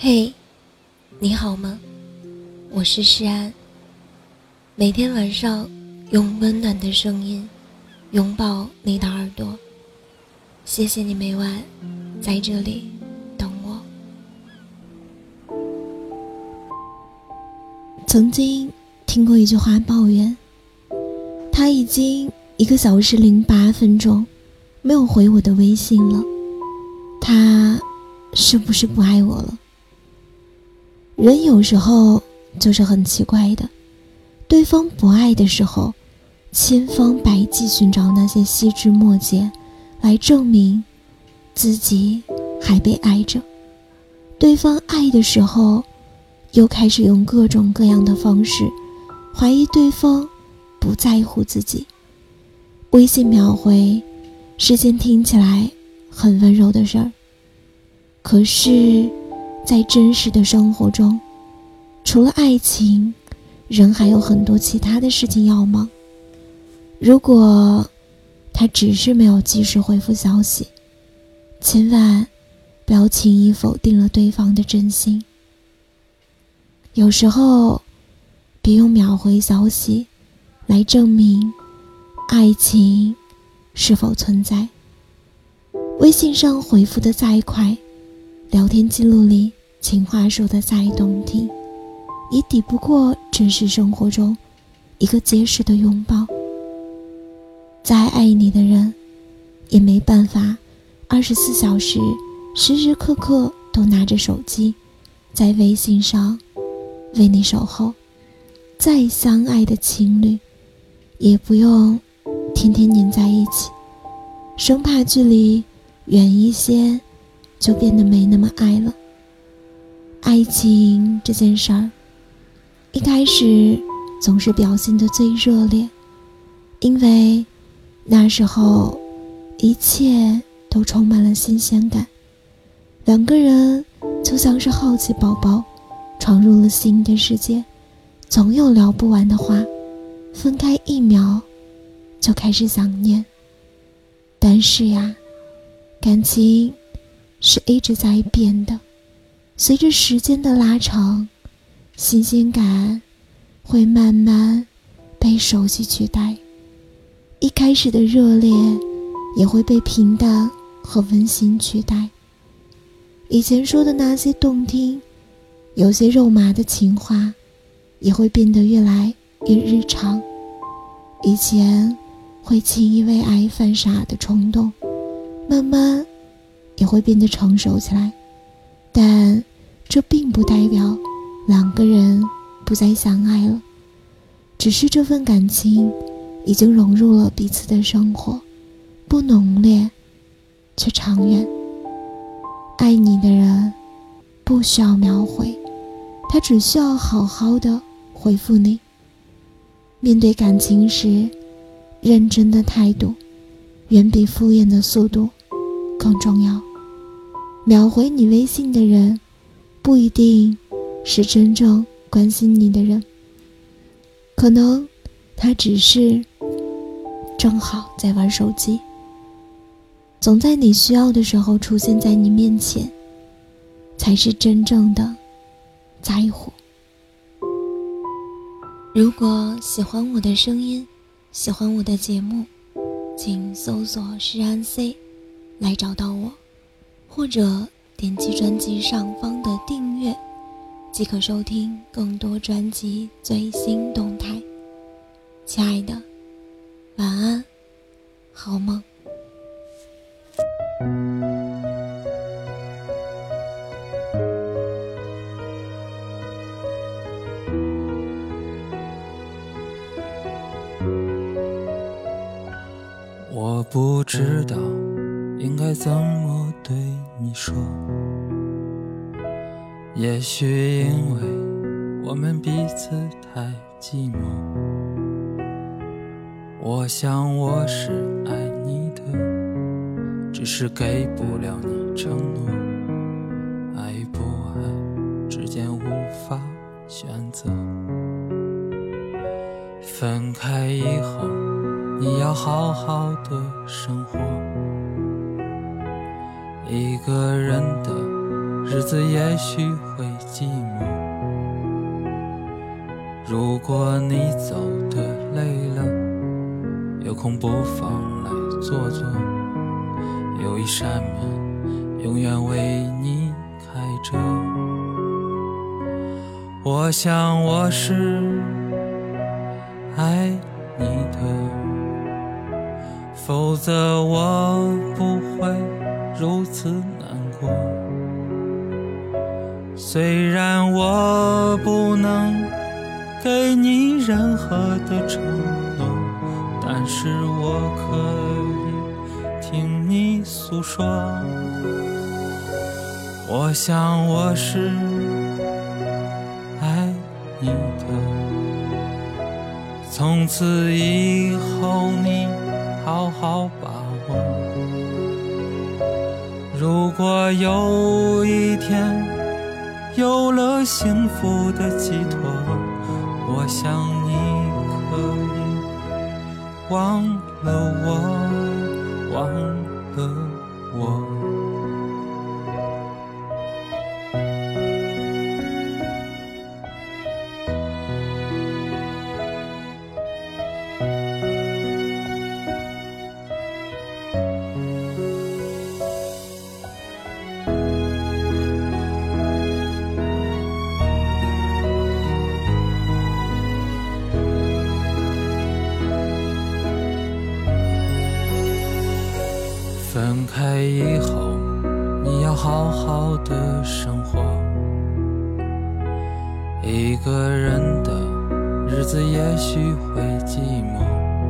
嘿，你好吗？我是诗安。每天晚上用温暖的声音拥抱你的耳朵，谢谢你每晚在这里等我。曾经听过一句话抱怨，他已经1个小时08分钟没有回我的微信了，他是不是不爱我了？人有时候就是很奇怪的，对方不爱的时候，千方百计寻找那些细枝末节来证明自己还被爱着；对方爱的时候，又开始用各种各样的方式怀疑对方不在乎自己。微信秒回是件听起来很温柔的事儿，可是在真实的生活中，除了爱情，人还有很多其他的事情要忙。如果他只是没有及时回复消息，千万不要轻易否定了对方的真心。有时候别用秒回消息来证明爱情是否存在。微信上回复的再快，聊天记录里情话说的再动听，也抵不过真实生活中一个结实的拥抱。再爱你的人也没办法24小时时时刻刻都拿着手机在微信上为你守候。再相爱的情侣也不用天天黏在一起，生怕距离远一些就变得没那么爱了。爱情这件事儿，一开始总是表现得最热烈，因为那时候一切都充满了新鲜感，两个人就像是好奇宝宝闯入了新的世界，总有聊不完的话，分开1秒就开始想念。但是呀，感情是一直在变的，随着时间的拉长，新鲜感会慢慢被熟悉取代，一开始的热烈也会被平淡和温馨取代。以前说的那些动听有些肉麻的情话也会变得越来越日常。以前会轻易为爱犯傻的冲动，慢慢也会变得成熟起来。但这并不代表两个人不再相爱了，只是这份感情已经融入了彼此的生活，不浓烈却长远。爱你的人不需要秒回，他只需要好好的回复你。面对感情时，认真的态度远比敷衍的速度更重要。秒回你微信的人不一定是真正关心你的人，可能他只是正好在玩手机，总在你需要的时候出现在你面前，才是真正的在乎。如果喜欢我的声音，喜欢我的节目，请搜索诗安 C 来找到我，或者点击专辑上方的订阅，即可收听更多专辑最新动态。亲爱的，晚安，好梦。 我不知道应该怎么对你说，也许因为我们彼此太寂寞。我想我是爱你的，只是给不了你承诺。爱不爱之间无法选择，分开以后你要好好的生活，一个人的日子也许会寂寞。如果你走得累了，有空不妨来坐坐，有一扇门永远为你开着。我想我是爱你的，否则我不会如此难过。虽然我不能给你任何的承诺，但是我可以听你诉说。我想我是爱你的，从此以后你好好把握。如果有一天有了幸福的寄托，我想你可以忘了我，忘了我。分开以后，你要好好的生活。一个人的日子也许会寂寞。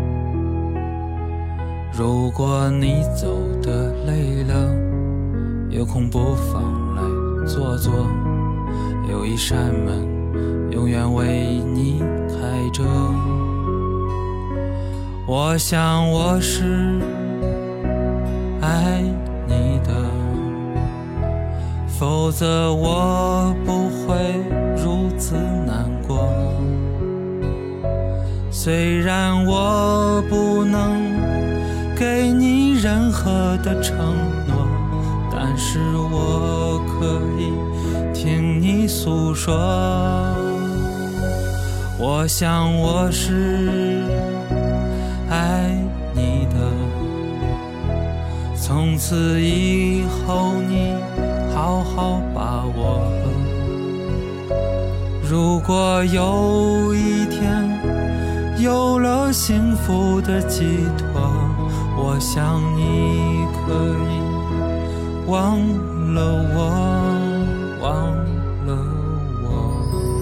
如果你走得累了，有空不妨来坐坐，有一扇门永远为你开着。我想我是爱你的，否则我不会如此难过。虽然我不能给你任何的承诺，但是我可以听你诉说。我想我是爱你的，从此以后你好好把握。如果有一天有了幸福的寄托，我想你可以忘了我，忘了我。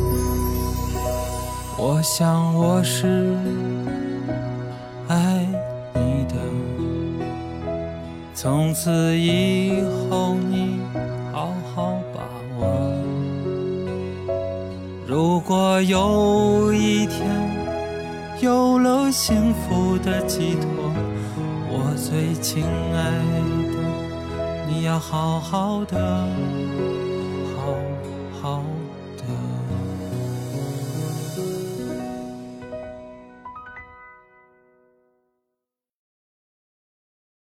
我想我是爱你的，从此以后你好好把握。如果有一天有了幸福的寄托，我最亲爱的，你要好好的